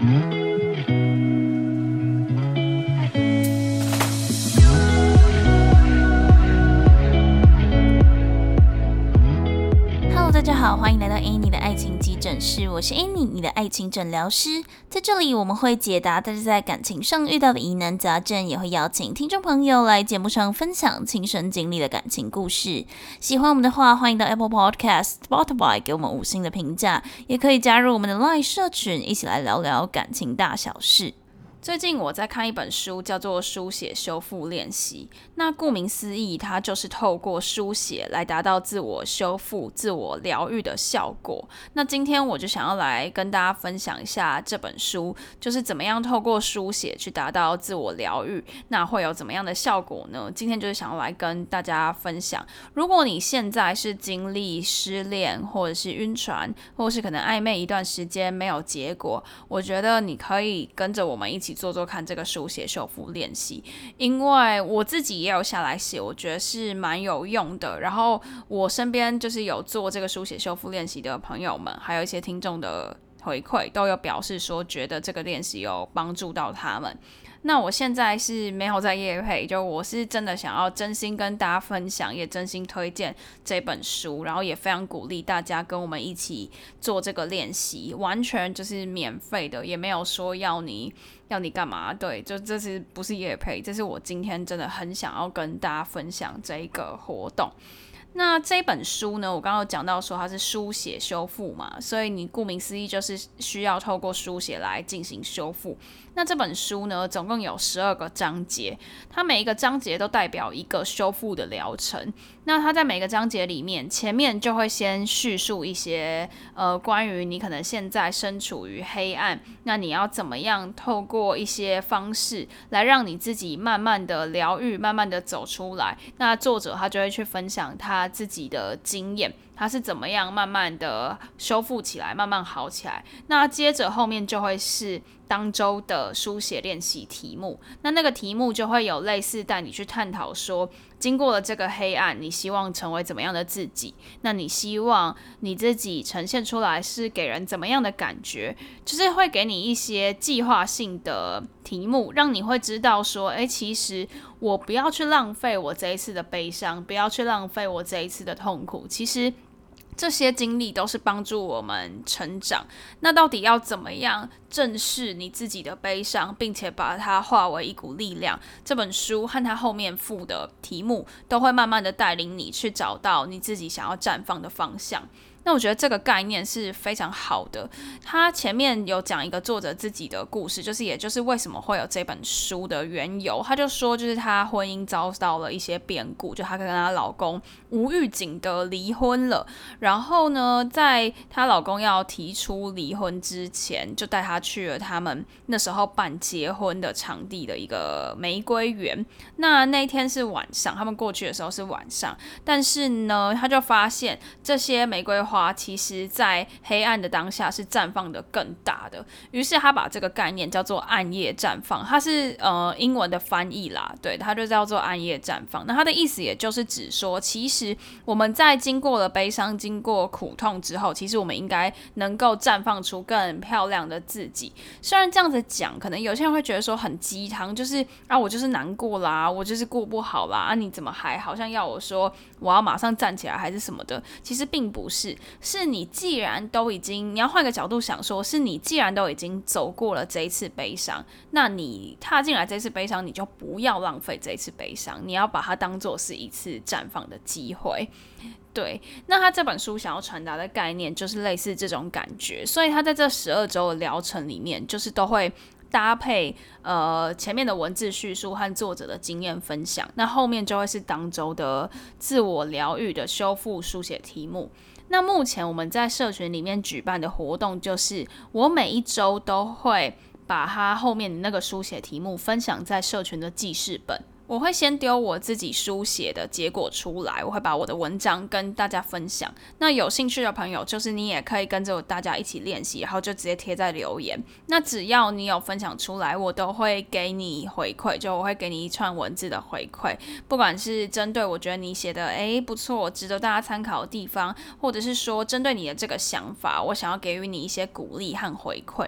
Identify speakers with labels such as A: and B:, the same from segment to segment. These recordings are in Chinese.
A: 大家好，欢迎来到 Annie 的爱情急诊室，我是 Annie， 你的爱情诊疗师。在这里我们会解答大家在感情上遇到的疑难杂症，也会邀请听众朋友来节目上分享亲身经历的感情故事。喜欢我们的话，欢迎到 Apple Podcast、Spotify 给我们5星的评价，也可以加入我们的 LINE 社群，一起来聊聊感情大小事。最近我在看一本书，叫做《书写修复练习》。那顾名思义，它就是透过书写来达到自我修复、自我疗愈的效果。那今天我就想要来跟大家分享一下这本书，就是怎么样透过书写去达到自我疗愈，那会有怎么样的效果呢？今天就是想要来跟大家分享。如果你现在是经历失恋，或者是晕船，或者是可能暧昧一段时间没有结果，我觉得你可以跟着我们一起做做看这个书写修复练习，因为我自己也有下来写，我觉得是蛮有用的。然后我身边就是有做这个书写修复练习的朋友们，还有一些听众的回馈，都有表示说觉得这个练习有帮助到他们。那我现在是没有在业配，就我是真的想要真心跟大家分享，也真心推荐这本书，然后也非常鼓励大家跟我们一起做这个练习，完全就是免费的，也没有说要你干嘛。对，就这是不是业配，这是我今天真的很想要跟大家分享这一个活动。那这本书呢，我刚刚有讲到说它是书写修复嘛，所以你顾名思义就是需要透过书写来进行修复。那这本书呢，总共有12个章节，它每一个章节都代表一个修复的疗程。那它在每个章节里面，前面就会先叙述一些关于你可能现在身处于黑暗，那你要怎么样透过一些方式来让你自己慢慢的疗愈，慢慢的走出来。那作者他就会去分享他自己的经验，他是怎么样慢慢的修复起来，慢慢好起来。那接着后面就会是当周的书写练习题目，那个题目就会有类似带你去探讨说，经过了这个黑暗，你希望成为怎么样的自己？那你希望你自己呈现出来是给人怎么样的感觉？就是会给你一些计划性的题目，让你会知道说，其实我不要去浪费我这一次的悲伤，不要去浪费我这一次的痛苦，其实这些经历都是帮助我们成长。那到底要怎么样正视你自己的悲伤，并且把它化为一股力量？这本书和它后面附的题目都会慢慢的带领你去找到你自己想要绽放的方向。那我觉得这个概念是非常好的。他前面有讲一个作者自己的故事，也就是为什么会有这本书的缘由。他就说，就是他婚姻遭到了一些变故，就他跟她老公无预警的离婚了。然后呢，在她老公要提出离婚之前，就带她去了他们那时候办结婚的场地的一个玫瑰园。那一天是晚上，他们过去的时候是晚上，但是呢，他就发现这些玫瑰花其实在黑暗的当下是绽放的更大的。于是他把这个概念叫做暗夜绽放，它是英文的翻译啦，对，它就叫做暗夜绽放。那它的意思也就是指说，其实我们在经过了悲伤、经过苦痛之后，其实我们应该能够绽放出更漂亮的自己。虽然这样子讲，可能有些人会觉得说很鸡汤，就是我就是难过啦，我就是过不好啦，你怎么还好像要我说我要马上站起来还是什么的？其实并不是，是你既然都已经，你要换个角度想说，是你既然都已经走过了这一次悲伤，那你踏进来这次悲伤，你就不要浪费这一次悲伤，你要把它当作是一次绽放的机会。对，那他这本书想要传达的概念就是类似这种感觉，所以他在这12周的疗程里面，就是都会搭配前面的文字叙述和作者的经验分享，那后面就会是当周的自我疗愈的修复书写题目。那目前我们在社群里面举办的活动，就是我每一周都会把它后面的那个书写题目分享在社群的记事本。我会先丢我自己书写的结果出来，我会把我的文章跟大家分享。那有兴趣的朋友，就是你也可以跟着大家一起练习，然后就直接贴在留言。那只要你有分享出来，我都会给你回馈，就我会给你一串文字的回馈，不管是针对我觉得你写的不错，值得大家参考的地方，或者是说针对你的这个想法，我想要给予你一些鼓励和回馈。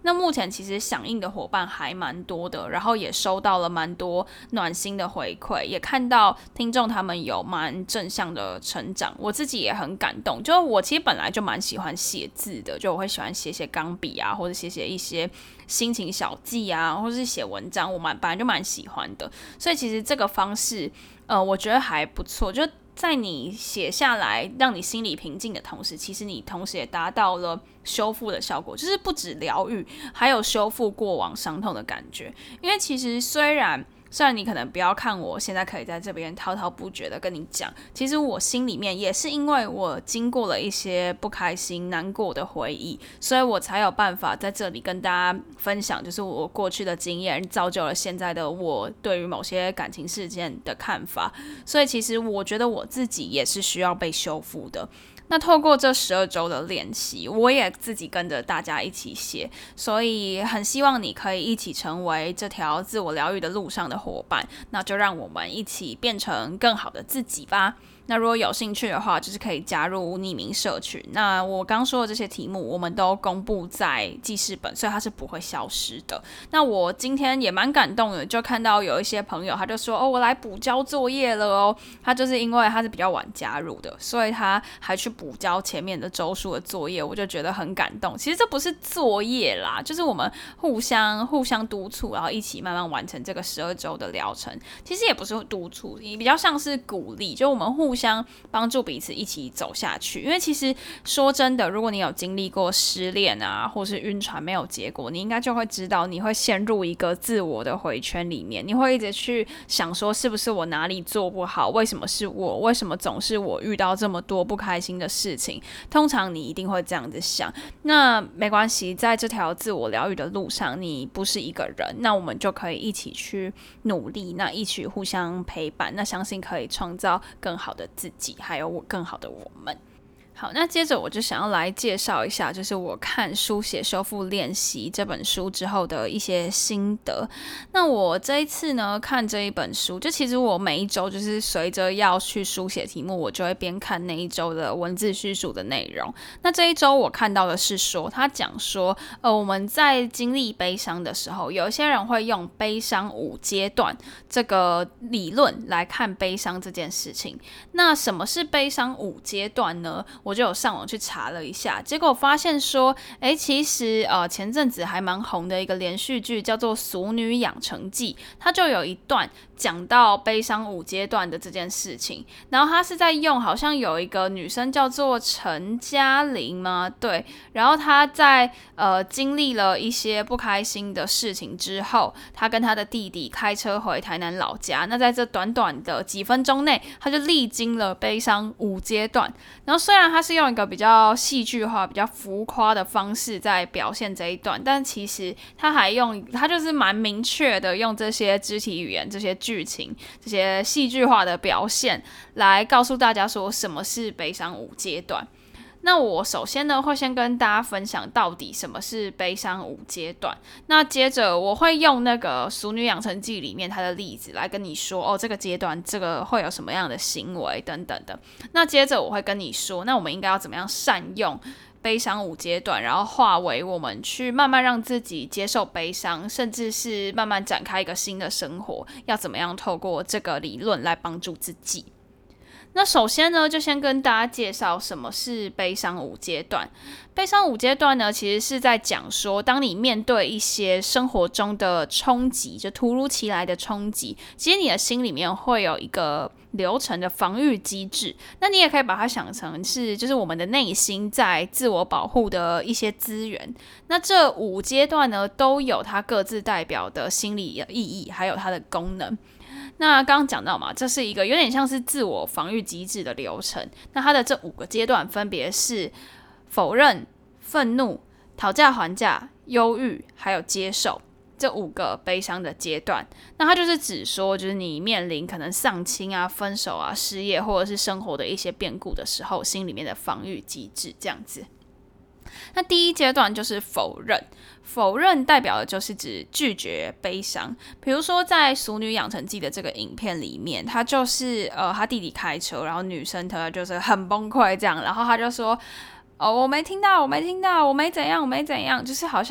A: 那目前其实响应的伙伴还蛮多的，然后也收到了蛮多暖心的回馈，也看到听众他们有蛮正向的成长，我自己也很感动。就我其实本来就蛮喜欢写字的，就我会喜欢写钢笔啊，或者写一些心情小记啊，或者是写文章，我本来就蛮喜欢的。所以其实这个方式，我觉得还不错。就在你写下来，让你心里平静的同时，其实你同时也达到了修复的效果，就是不止疗愈，还有修复过往伤痛的感觉。因为其实虽然你可能不要看我现在可以在这边滔滔不绝的跟你讲，其实我心里面也是因为我经过了一些不开心、难过的回忆，所以我才有办法在这里跟大家分享，就是我过去的经验造就了现在的我对于某些感情事件的看法。所以其实我觉得我自己也是需要被修复的。那透过这12周的练习，我也自己跟着大家一起写，所以很希望你可以一起成为这条自我疗愈的路上的伙伴，那就让我们一起变成更好的自己吧。那如果有兴趣的话，就是可以加入匿名社群。那我刚说的这些题目，我们都公布在记事本，所以它是不会消失的。那我今天也蛮感动的，就看到有一些朋友，他就说我来补交作业了哦。他就是因为他是比较晚加入的，所以他还去补交前面的周数的作业，我就觉得很感动。其实这不是作业啦，就是我们互相督促，然后一起慢慢完成这个12周的疗程。其实也不是督促，也比较像是鼓励，就我们互相帮助彼此一起走下去。因为其实说真的，如果你有经历过失恋啊，或是晕船没有结果，你应该就会知道你会陷入一个自我的回圈里面，你会一直去想说是不是我哪里做不好，为什么是我，为什么总是我遇到这么多不开心的事情，通常你一定会这样子想。那没关系，在这条自我疗愈的路上，你不是一个人，那我们就可以一起去努力，那一起互相陪伴，那相信可以创造更好的自己，还有更好的我们。好，那接着我就想要来介绍一下，就是我看书写修复练习这本书之后的一些心得。那我这一次呢，看这一本书，就其实我每一周就是随着要去书写题目，我就会边看那一周的文字叙述的内容。那这一周我看到的是说，他讲说，我们在经历悲伤的时候，有一些人会用悲伤5阶段这个理论来看悲伤这件事情。那什么是悲伤5阶段呢？我就有上网去查了一下，结果发现说，其实前阵子还蛮红的一个连续剧叫做《俗女养成记》，它就有一段讲到悲伤5阶段的这件事情。然后他是在用，好像有一个女生叫做陈嘉玲吗？对，然后她在经历了一些不开心的事情之后，她跟她的弟弟开车回台南老家。那在这短短的几分钟内，她就历经了悲伤5阶段。然后虽然他是用一个比较戏剧化、比较浮夸的方式在表现这一段，但其实他就是蛮明确的用这些肢体语言、这些剧情、这些戏剧化的表现来告诉大家说什么是悲伤5阶段。那我首先呢，会先跟大家分享到底什么是悲伤5阶段。那接着我会用那个《俗女养成记》里面它的例子来跟你说，这个阶段这个会有什么样的行为等等的。那接着我会跟你说，那我们应该要怎么样善用悲伤5阶段，然后化为我们去慢慢让自己接受悲伤，甚至是慢慢展开一个新的生活，要怎么样透过这个理论来帮助自己。那首先呢，就先跟大家介绍什么是悲伤5阶段。悲伤5阶段呢，其实是在讲说，当你面对一些生活中的冲击，就突如其来的冲击，其实你的心里面会有一个流程的防御机制。那你也可以把它想成是，就是我们的内心在自我保护的一些资源。那这5阶段呢，都有它各自代表的心理意义，还有它的功能。那刚刚讲到嘛，这是一个有点像是自我防御机制的流程。那它的这5个阶段分别是否认、愤怒、讨价还价、忧郁，还有接受，这5个悲伤的阶段。那它就是指说，就是你面临可能丧亲啊、分手啊、失业，或者是生活的一些变故的时候，心里面的防御机制这样子。那第1阶段就是否认，否认代表的就是指拒绝悲伤。比如说在《俗女养成记》的这个影片里面，他就是他弟弟开车，然后女生她就是很崩溃这样，然后他就说我没听到，我没怎样，就是好像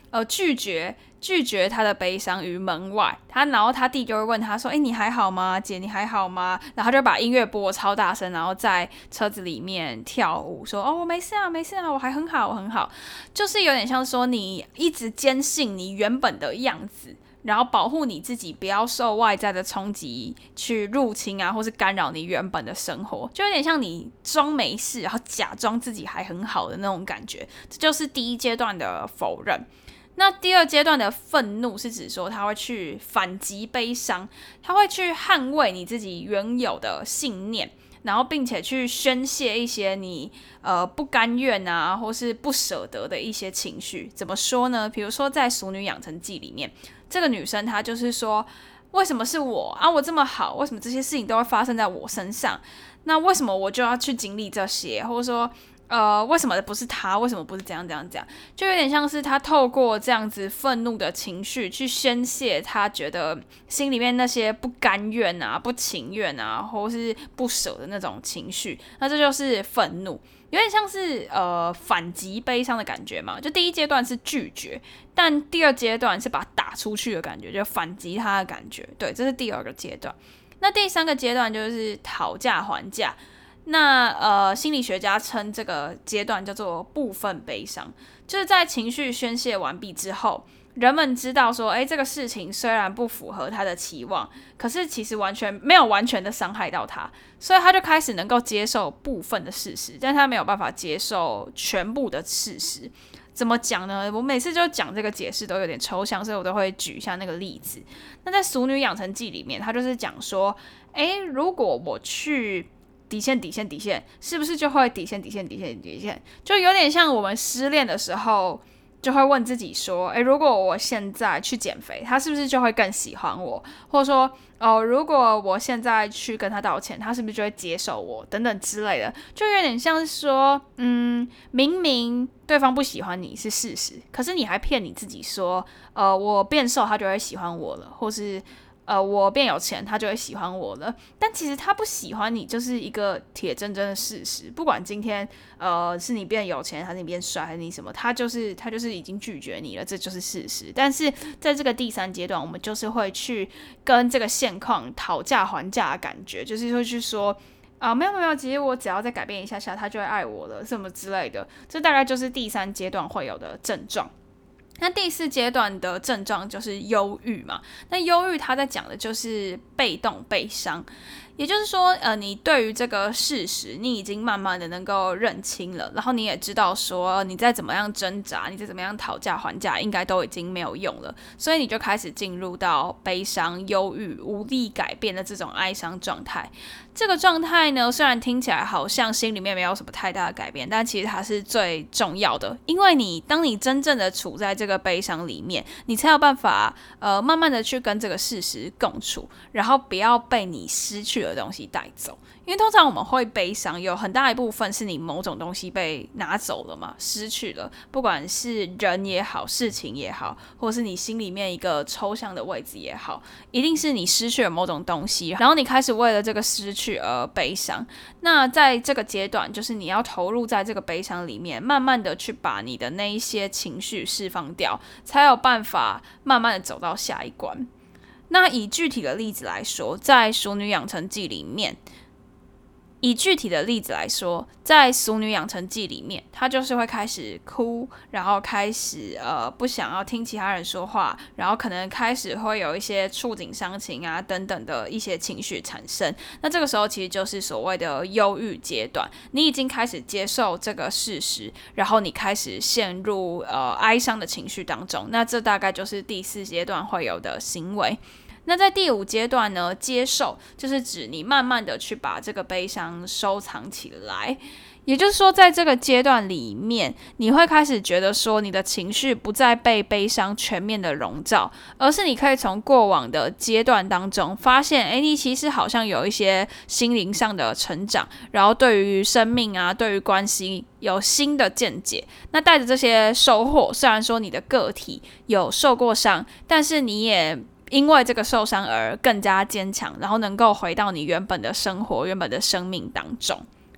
B: 拒绝他的悲伤于门外。然后他弟就会问他说：“你还好吗？姐，你还好吗？”然后他就把音乐播超大声，然后在车子里面跳舞，说：“我没事啊，没事啊，我还很好，我很好。”就是有点像说你一直坚信你原本的样子，然后保护你自己不要受外在的冲击去入侵啊，或是干扰你原本的生活，就有点像你装没事，然后假装自己还很好的那种感觉。这就是第一阶段的否认。那第二阶段的愤怒是指说他会去反击悲伤，他会去捍卫你自己原有的信念，然后并且去宣泄一些你不甘愿啊或是不舍得的一些情绪。怎么说呢？比如说在《俗女养成记》里面，这个女生她就是说，为什么是我啊？我这么好，为什么这些事情都会发生在我身上？那为什么我就要去经历这些？或者说为什么不是他？为什么不是这样？就有点像是他透过这样子愤怒的情绪去宣泄他觉得心里面那些不甘愿啊、不情愿啊，或是不舍的那种情绪。那这就是愤怒，有点像是反击悲伤的感觉嘛。就第一阶段是拒绝，但第二阶段是把它打出去的感觉，就反击他的感觉。对，这是第二个阶段。那第三个阶段就是讨价还价。那心理学家称这个阶段叫做部分悲伤，就是在情绪宣泄完毕之后，人们知道说，这个事情虽然不符合他的期望，可是其实没有完全的伤害到他，所以他就开始能够接受部分的事实，但他没有办法接受全部的事实。怎么讲呢？我每次就讲这个解释都有点抽象，所以我都会举一下那个例子。那在《俗女养成记》里面，他就是讲说，如果我去底线，是不是就会底线？就有点像我们失恋的时候，就会问自己说，如果我现在去减肥，他是不是就会更喜欢我？或者说，如果我现在去跟他道歉，他是不是就会接受我？等等之类的，就有点像是说，明明对方不喜欢你是事实，可是你还骗你自己说，我变瘦他就会喜欢我了，或是我变有钱，他就会喜欢我了。但其实他不喜欢你，就是一个铁铮铮的事实。不管今天是你变有钱，还是你变帅，还是你什么，他就是已经拒绝你了，这就是事实。但是在这个第三阶段，我们就是会去跟这个现况讨价还价的感觉，就是会去说。没有，其实我只要再改变一下，他就会爱我了，什么之类的。这大概就是第三阶段会有的症状。那第四阶段的症状就是忧郁嘛。那忧郁它在讲的就是被动悲伤，也就是说，你对于这个事实，你已经慢慢的能够认清了，然后你也知道说，你再怎么样挣扎，你再怎么样讨价还价，应该都已经没有用了，所以你就开始进入到悲伤、忧郁、无力改变的这种哀伤状态。这个状态呢，虽然听起来好像心里面没有什么太大的改变，但其实它是最重要的，因为当你真正的处在这个悲伤里面，你才有办法慢慢的去跟这个事实共处，然后不要被你失去的东西带走。因为通常我们会悲伤，有很大一部分是你某种东西被拿走了嘛，失去了，不管是人也好，事情也好，或是你心里面一个抽象的位置也好，一定是你失去了某种东西，然后你开始为了这个失去而悲伤。那在这个阶段，就是你要投入在这个悲伤里面，慢慢的去把你的那一些情绪释放掉，才有办法慢慢的走到下一关。那以具体的例子来说，在《俗女养成记》里面，在《俗女养成记》里面，她就是会开始哭，然后开始不想要听其他人说话，然后可能开始会有一些触景伤情啊等等的一些情绪产生。那这个时候其实就是所谓的忧郁阶段，你已经开始接受这个事实，然后你开始陷入哀伤的情绪当中。那这大概就是第四阶段会有的行为。那在第五阶段呢，接受就是指你慢慢的去把这个悲伤收藏起来。也就是说，在这个阶段里面，你会开始觉得说，你的情绪不再被悲伤全面的笼罩，而是你可以从过往的阶段当中发现，你其实好像有一些心灵上的成长，然后对于生命啊，对于关系有新的见解。那带着这些收获，虽然说你的个体有受过伤，但是你也因为这个受伤而更加坚强，然后能够回到你原本的生活、原本的生命当中。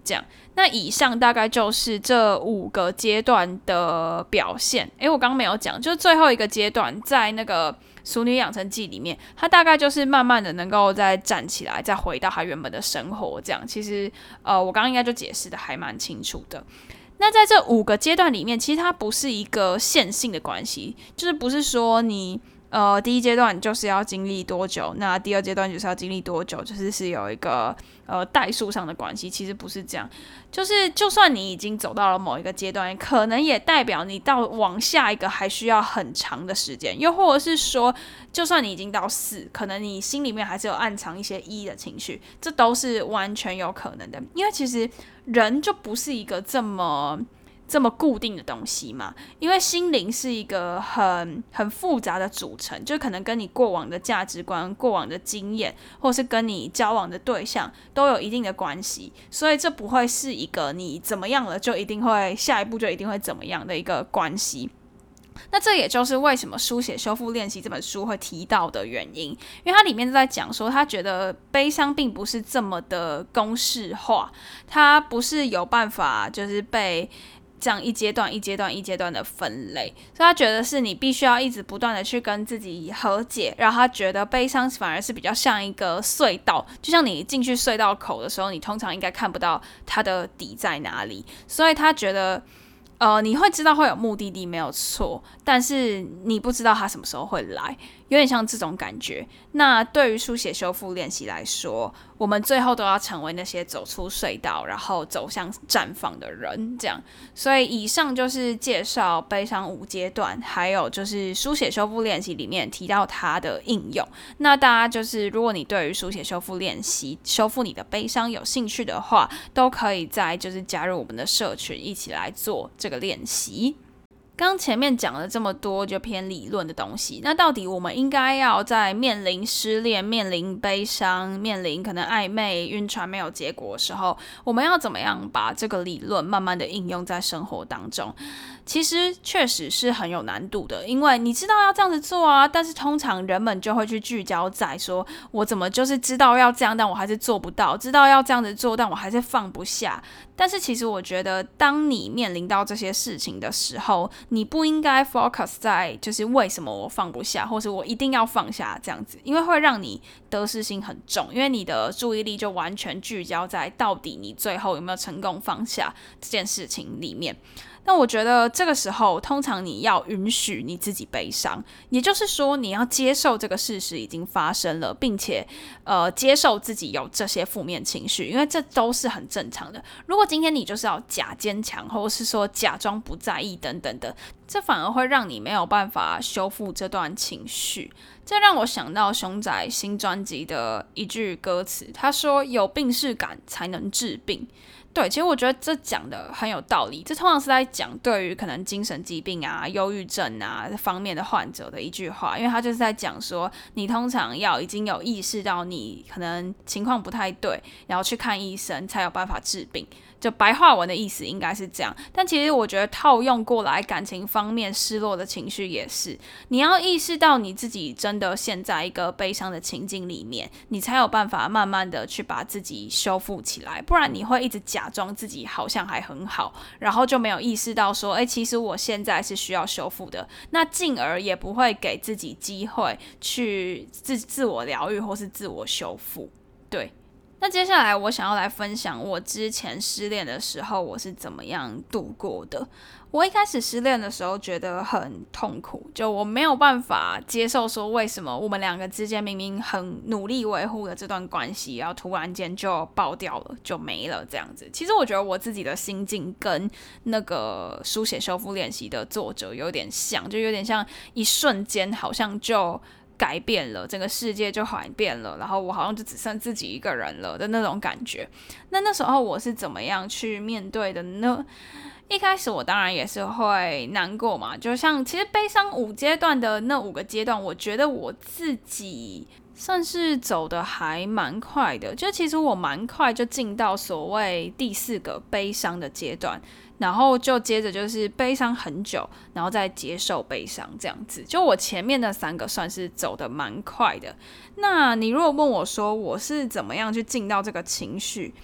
B: 这样。那以上大概就是这5个阶段的表现。我刚刚没有讲，就是最后一个阶段在那个《俗女养成记》里面，他大概就是慢慢的能够再站起来，再回到他原本的生活这样。其实我刚刚应该就解释的还蛮清楚的。那在这5个阶段里面，其实它不是一个线性的关系，就是不是说你第一阶段就是要经历多久，那第二阶段就是要经历多久，就是有一个代数上的关系。其实不是这样，就是就算你已经走到了某一个阶段，可能也代表你到往下一个还需要很长的时间，又或者是说就算你已经到4，可能你心里面还是有暗藏一些1的情绪，这都是完全有可能的。因为其实人就不是一个这么固定的东西嘛，因为心灵是一个很复杂的组成，就可能跟你过往的价值观、过往的经验，或是跟你交往的对象都有一定的关系，所以这不会是一个你怎么样了就一定会下一步就一定会怎么样的一个关系。那这也就是为什么书写修复练习这本书会提到的原因，因为它里面在讲说，他觉得悲伤并不是这么的公式化，它不是有办法就是被这样一阶段一阶段一阶段的分类，所以他觉得是你必须要一直不断的去跟自己和解，然后他觉得悲伤反而是比较像一个隧道，就像你进去隧道口的时候，你通常应该看不到它的底在哪里，所以他觉得你会知道会有目的地没有错，但是你不知道它什么时候会来，有点像这种感觉。那对于书写修复练习来说，我们最后都要成为那些走出隧道，然后走向绽放的人，这样。所以以上就是介绍悲伤5阶段，还有就是书写修复练习里面提到它的应用。那大家就是如果你对于书写修复练习、修复你的悲伤有兴趣的话，都可以再就是加入我们的社群，一起来做这个练习。刚前面讲了这么多就偏理论的东西，那到底我们应该要在面临失恋、面临悲伤、面临可能暧昧、晕船没有结果的时候，我们要怎么样把这个理论慢慢的应用在生活当中？其实确实是很有难度的，因为你知道要这样子做啊，但是通常人们就会去聚焦在说，我怎么就是知道要这样，但我还是做不到，知道要这样子做，但我还是放不下。但是其实我觉得，当你面临到这些事情的时候，你不应该 focus 在就是为什么我放不下，或是我一定要放下这样子，因为会让你得失心很重，因为你的注意力就完全聚焦在到底你最后有没有成功放下这件事情里面。那我觉得这个时候，通常你要允许你自己悲伤，也就是说，你要接受这个事实已经发生了，并且接受自己有这些负面情绪，因为这都是很正常的。如果今天你就是要假坚强，或者是说假装不在意等等的，这反而会让你没有办法修复这段情绪。这让我想到熊仔新专辑的一句歌词，他说：“有病识感才能治病。”对，其实我觉得这讲的很有道理。这通常是在讲对于可能精神疾病啊、忧郁症啊方面的患者的一句话，因为他就是在讲说，你通常要已经有意识到你可能情况不太对，然后去看医生才有办法治病。就白话文的意思应该是这样，但其实我觉得套用过来感情方面失落的情绪也是，你要意识到你自己真的陷在一个悲伤的情境里面，你才有办法慢慢的去把自己修复起来，不然你会一直假装自己好像还很好，然后就没有意识到说，其实我现在是需要修复的，那进而也不会给自己机会去自我疗愈或是自我修复。对，那接下来我想要来分享我之前失恋的时候我是怎么样度过的。我一开始失恋的时候觉得很痛苦，就我没有办法接受说为什么我们两个之间明明很努力维护的这段关系，然后突然间就爆掉了，就没了这样子。其实我觉得我自己的心境跟那个书写修复练习的作者有点像，就有点像一瞬间好像就改变了，整个世界就改变了，然后我好像就只剩自己一个人了的那种感觉。那时候我是怎么样去面对的呢？一开始我当然也是会难过嘛，就像其实悲伤5阶段的那5个阶段，我觉得我自己算是走的还蛮快的，就其实我蛮快就进到所谓第4个悲伤的阶段，然后就接着就是悲伤很久，然后再接受悲伤这样子。就我前面的3个算是走的蛮快的。那你如果问我说我是怎么样去进到这个情绪，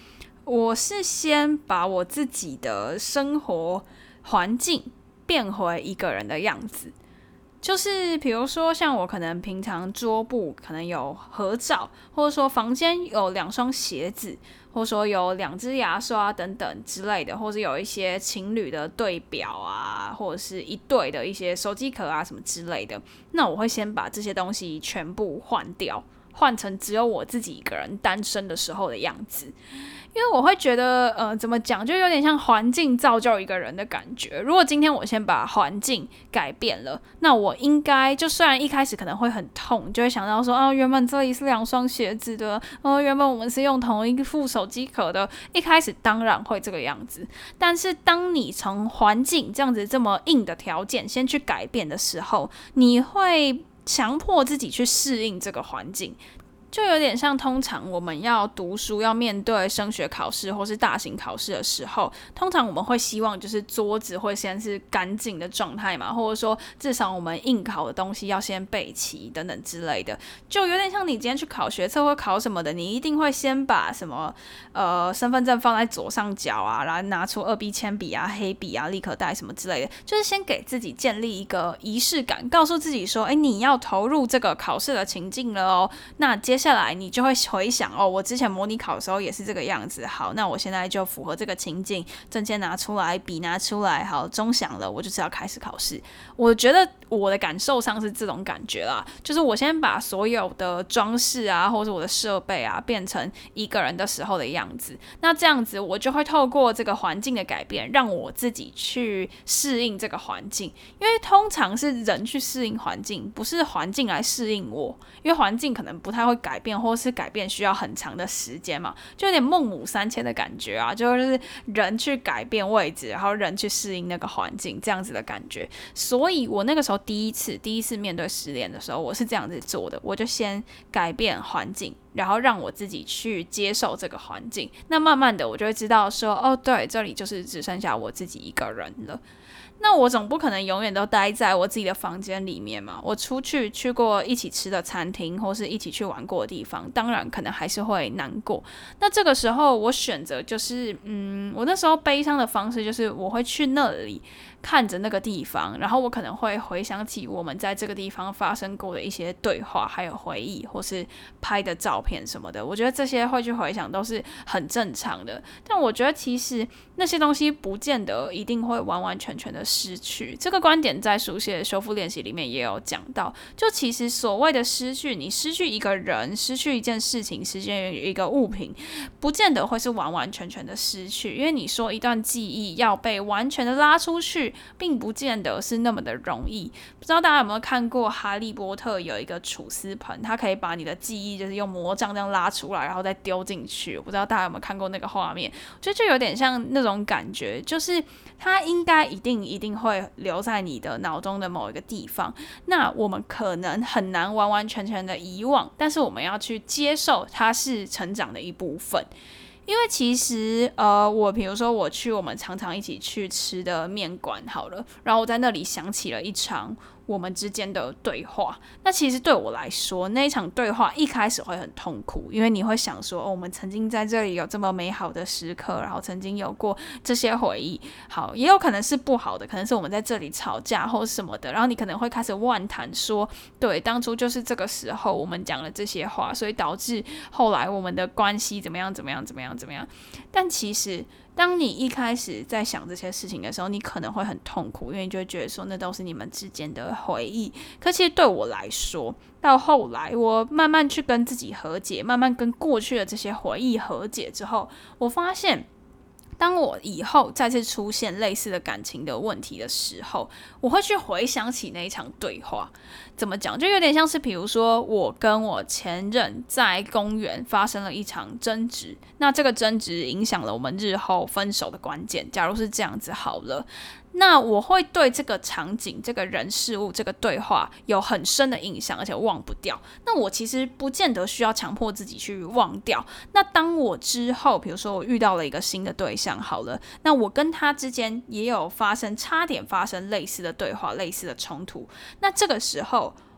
B: 我是先把我自己的生活环境变回一个人的样子。就是比如说像我可能平常桌布可能有合照，或者说房间有2双鞋子，或者说有2支牙刷等等之类的，或是有一些情侣的对表啊，或者是一对的一些手机壳啊什么之类的，那我会先把这些东西全部换掉，换成只有我自己一个人单身的时候的样子。因为我会觉得，怎么讲，就有点像环境造就一个人的感觉。如果今天我先把环境改变了，那我应该就虽然一开始可能会很痛，就会想到说，原本这里是2双鞋子的，原本我们是用同一副手机壳的，一开始当然会这个样子。但是当你从环境这样子这么硬的条件先去改变的时候，你会强迫自己去适应这个环境。就有点像通常我们要读书要面对升学考试或是大型考试的时候，通常我们会希望就是桌子会先是干净的状态嘛，或者说至少我们应考的东西要先备齐等等之类的。就有点像你今天去考学测或考什么的，你一定会先把什么身份证放在左上角啊，然后拿出2B 铅笔啊、黑笔啊、立可带什么之类的，就是先给自己建立一个仪式感，告诉自己说，你要投入这个考试的情境了哦。那接下来你就会回想，我之前模拟考的时候也是这个样子，好，那我现在就符合这个情境，证件拿出来，笔拿出来，好，钟响了，我就是要开始考试。我觉得我的感受上是这种感觉啦，就是我先把所有的装饰啊，或者我的设备啊，变成一个人的时候的样子。那这样子，我就会透过这个环境的改变，让我自己去适应这个环境。因为通常是人去适应环境，不是环境来适应我。因为环境可能不太会改变，或是改变需要很长的时间嘛，就有点孟母三迁的感觉啊，就是人去改变位置，然后人去适应那个环境，这样子的感觉。所以我那个时候第一次面对失恋的时候，我是这样子做的，我就先改变环境，然后让我自己去接受这个环境。那慢慢的我就会知道说，对，这里就是只剩下我自己一个人了。那我总不可能永远都待在我自己的房间里面嘛，我去过一起吃的餐厅，或是一起去玩过的地方，当然可能还是会难过。那这个时候我选择就是，我那时候悲伤的方式就是我会去那里看着那个地方，然后我可能会回想起我们在这个地方发生过的一些对话，还有回忆，或是拍的照片什么的。我觉得这些会去回想都是很正常的，但我觉得其实那些东西不见得一定会完完全全的失去。这个观点在书写修复练习里面也有讲到，就其实所谓的失去，你失去一个人，失去一件事情，失去一个物品，不见得会是完完全全的失去。因为你说一段记忆要被完全的拉出去，并不见得是那么的容易。不知道大家有没有看过哈利波特有一个储思盆，它可以把你的记忆就是用魔杖这样拉出来，然后再丢进去。我不知道大家有没有看过那个画面，我觉得就有点像那种感觉，就是它应该一定会留在你的脑中的某一个地方。那我们可能很难完完全全的遗忘，但是我们要去接受它是成长的一部分。因为其实我比如说我去我们常常一起去吃的面馆好了，然后我在那里想起了一场我们之间的对话。那其实对我来说，那一场对话一开始会很痛苦，因为你会想说，我们曾经在这里有这么美好的时刻，然后曾经有过这些回忆。好，也有可能是不好的，可能是我们在这里吵架或什么的，然后你可能会开始妄谈说，对，当初就是这个时候我们讲了这些话，所以导致后来我们的关系怎么样。但其实当你一开始在想这些事情的时候，你可能会很痛苦，因为你就会觉得说那都是你们之间的回忆。可其实对我来说，到后来我慢慢去跟自己和解，慢慢跟过去的这些回忆和解之后，我发现当我以后再次出现类似的感情的问题的时候，我会去回想起那一场对话。怎么讲，就有点像是比如说我跟我前任在公园发生了一场争执，那这个争执影响了我们日后分手的关键。假如是这样子好了，那我会对这个场景、这个人事物、这个对话有很深的印象，而且忘不掉。那我其实不见得需要强迫自己去忘掉。那当我之后，比如说我遇到了一个新的对象好了，那我跟他之间也有差点发生类似的对话、类似的冲突。那这个时候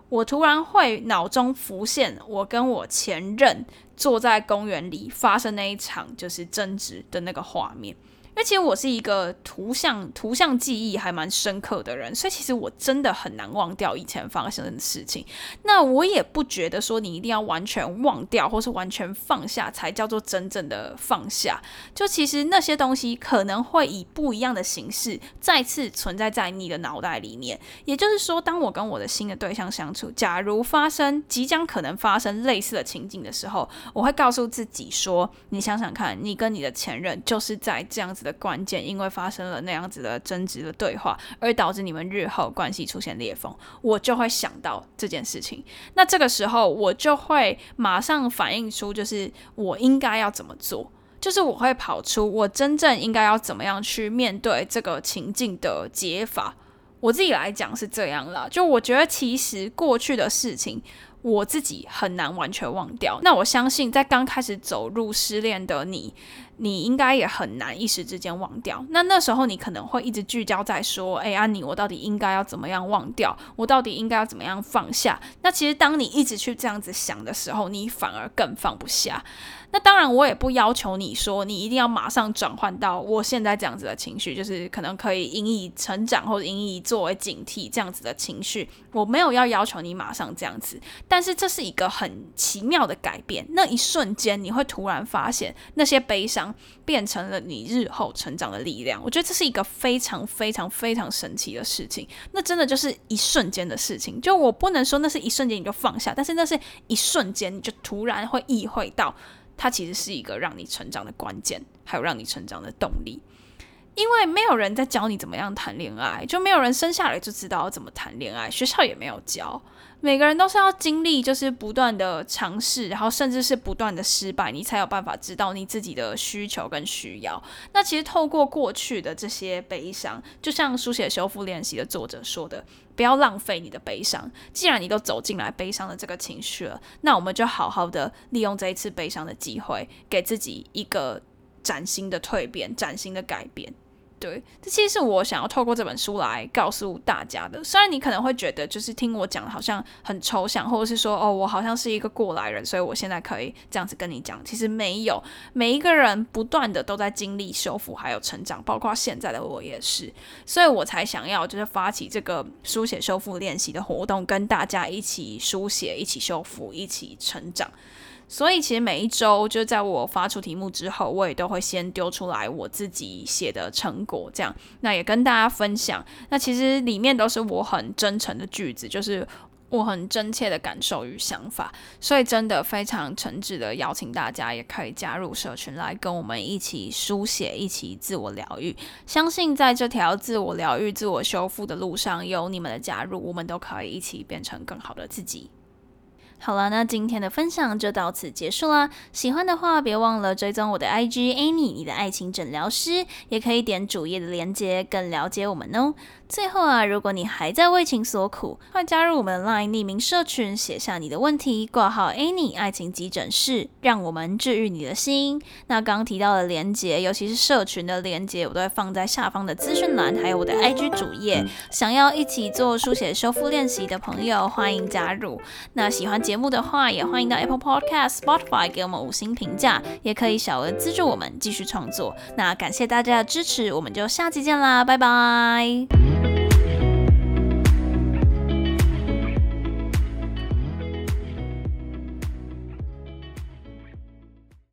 B: 我突然会脑中浮现我跟我前任坐在公园里发生那一场就是争执的那个画面。因为其实我是一个图像记忆还蛮深刻的人，所以其实我真的很难忘掉以前发生的事情。那我也不觉得说你一定要完全忘掉或是完全放下才叫做真正的放下，就其实那些东西可能会以不一样的形式再次存在在你的脑袋里面。也就是说，当我跟我的新的对象相处，假如即将可能发生类似的情景的时候，我会告诉自己说，你想想看，你跟你的前任就是在这样子的关键，因为发生了那样子的争执的对话，而导致你们日后关系出现裂缝，我就会想到这件事情。那这个时候我就会马上反映出，就是我应该要怎么做，就是我会跑出我真正应该要怎么样去面对这个情境的解法。我自己来讲是这样啦，就我觉得其实过去的事情我自己很难完全忘掉，那我相信在刚开始走入失恋的你应该也很难一时之间忘掉。那时候你可能会一直聚焦在说，我到底应该要怎么样忘掉，我到底应该要怎么样放下。那其实当你一直去这样子想的时候，你反而更放不下。那当然我也不要求你说你一定要马上转换到我现在这样子的情绪，就是可能可以因以成长或者因以作为警惕这样子的情绪，我没有要求你马上这样子，但是这是一个很奇妙的改变。那一瞬间你会突然发现那些悲伤变成了你日后成长的力量，我觉得这是一个非常非常非常神奇的事情。那真的就是一瞬间的事情，就我不能说那是一瞬间你就放下，但是那是一瞬间你就突然会意会到它其实是一个让你成长的关键，还有让你成长的动力。因为没有人在教你怎么样谈恋爱，就没有人生下来就知道要怎么谈恋爱，学校也没有教。每个人都是要经历就是不断的尝试，然后甚至是不断的失败，你才有办法知道你自己的需求跟需要。那其实透过过去的这些悲伤，就像书写修复练习的作者说的，不要浪费你的悲伤，既然你都走进来悲伤的这个情绪了，那我们就好好的利用这一次悲伤的机会，给自己一个崭新的蜕变，崭新的改变。对，这其实是我想要透过这本书来告诉大家的。虽然你可能会觉得就是听我讲的好像很抽象，或者是说我好像是一个过来人，所以我现在可以这样子跟你讲，其实没有，每一个人不断的都在经历修复还有成长，包括现在的我也是，所以我才想要就是发起这个书写修复练习的活动，跟大家一起书写，一起修复，一起成长。所以其实每一周就在我发出题目之后，我也都会先丢出来我自己写的成果，这样那也跟大家分享。那其实里面都是我很真诚的句子，就是我很真切的感受与想法，所以真的非常诚挚的邀请大家也可以加入社群来跟我们一起书写，一起自我疗愈。相信在这条自我疗愈、自我修复的路上，有你们的加入，我们都可以一起变成更好的自己。好了，那今天的分享就到此结束啦。喜欢的话，别忘了追踪我的 IG Annie 你的爱情诊疗师，也可以点主页的连结，更了解我们哦。最后啊，如果你还在为情所苦，快加入我们的 LINE 匿名社群，写下你的问题，挂号 Annie 爱情急诊室，让我们治愈你的心。那刚提到的连结，尤其是社群的连结，我都会放在下方的资讯栏，还有我的 IG 主页。想要一起做书写修复练习的朋友，欢迎加入。那喜欢节目的话，也欢迎到 Apple Podcast、Spotify 给我们5星评价，也可以小额资助我们继续创作。那感谢大家的支持，我们就下期见啦，拜拜。